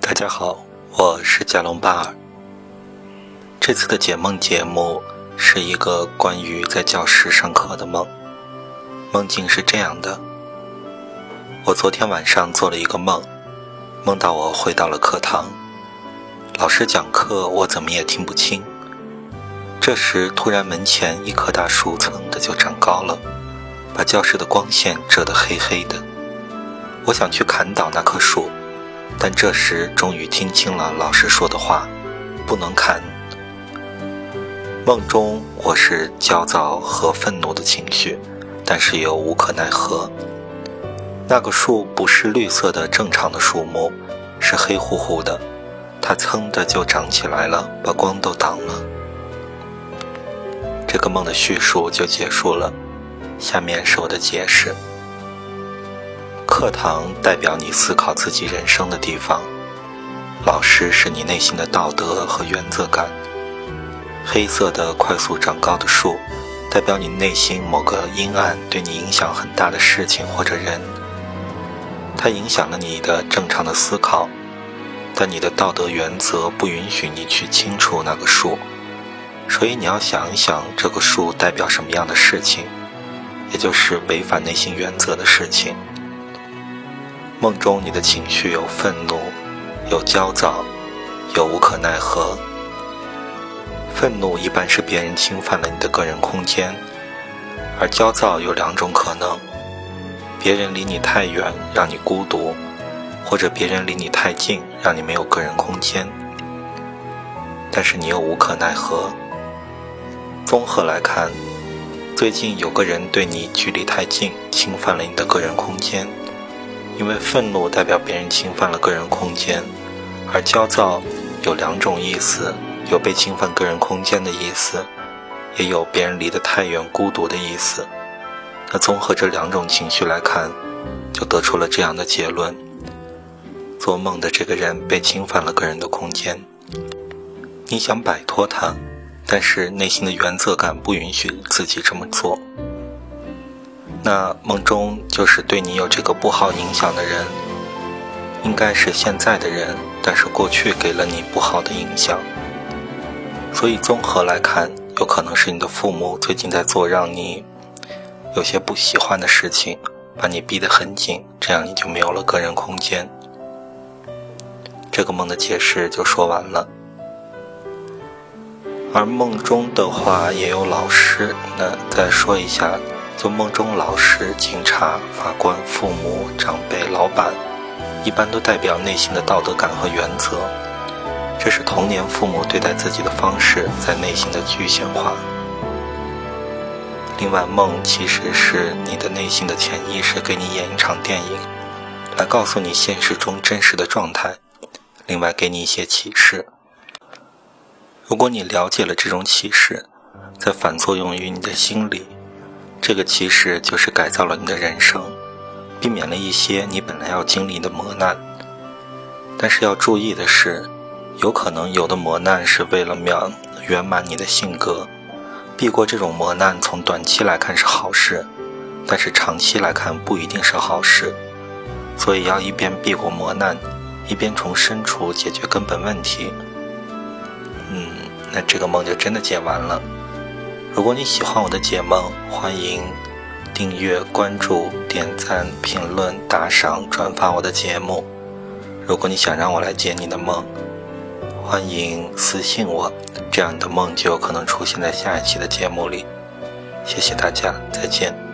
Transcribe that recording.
大家好，我是加隆巴尔。这次的解梦节目是一个关于在教室上课的梦。梦境是这样的：我昨天晚上做了一个梦，梦到我回到了课堂，老师讲课我怎么也听不清。这时突然门前一棵大树噌的就长高了，把教室的光线遮得黑黑的。我想去砍倒那棵树，但这时终于听清了老师说的话，不能砍。梦中我是焦躁和愤怒的情绪，但是又无可奈何。那个树不是绿色的正常的树木，是黑乎乎的，它噌的就长起来了，把光都挡了。这个梦的叙述就结束了，下面是我的解释。课堂代表你思考自己人生的地方，老师是你内心的道德和原则感。黑色的快速长高的树代表你内心某个阴暗对你影响很大的事情或者人，它影响了你的正常的思考，但你的道德原则不允许你去清除那个树，所以你要想一想这个树代表什么样的事情，也就是违反内心原则的事情。梦中你的情绪有愤怒，有焦躁，有无可奈何。愤怒一般是别人侵犯了你的个人空间，而焦躁有两种可能：别人离你太远让你孤独，或者别人离你太近让你没有个人空间。但是你又无可奈何。综合来看，最近有个人对你距离太近，侵犯了你的个人空间。因为愤怒代表别人侵犯了个人空间，而焦躁有两种意思，有被侵犯个人空间的意思，也有别人离得太远孤独的意思。那综合这两种情绪来看，就得出了这样的结论：做梦的这个人被侵犯了个人的空间，你想摆脱他，但是内心的原则感不允许自己这么做。那梦中就是对你有这个不好影响的人，应该是现在的人，但是过去给了你不好的影响。所以综合来看，有可能是你的父母最近在做让你有些不喜欢的事情，把你逼得很紧，这样你就没有了个人空间。这个梦的解释就说完了。而梦中的话也有老师，那再说一下，就梦中老师、警察、法官、父母、长辈、老板，一般都代表内心的道德感和原则。这是童年父母对待自己的方式在内心的具象化。另外，梦其实是你的内心的潜意识给你演一场电影，来告诉你现实中真实的状态，另外给你一些启示。如果你了解了这种启示，再反作用于你的心里，这个其实就是改造了你的人生，避免了一些你本来要经历的磨难。但是要注意的是，有可能有的磨难是为了圆满你的性格，避过这种磨难从短期来看是好事，但是长期来看不一定是好事。所以要一边避过磨难，一边从深处解决根本问题。那这个梦就真的解完了。如果你喜欢我的解梦，欢迎订阅、关注、点赞、评论、打赏、转发我的节目。如果你想让我来解你的梦，欢迎私信我，这样你的梦就有可能出现在下一期的节目里。谢谢大家，再见。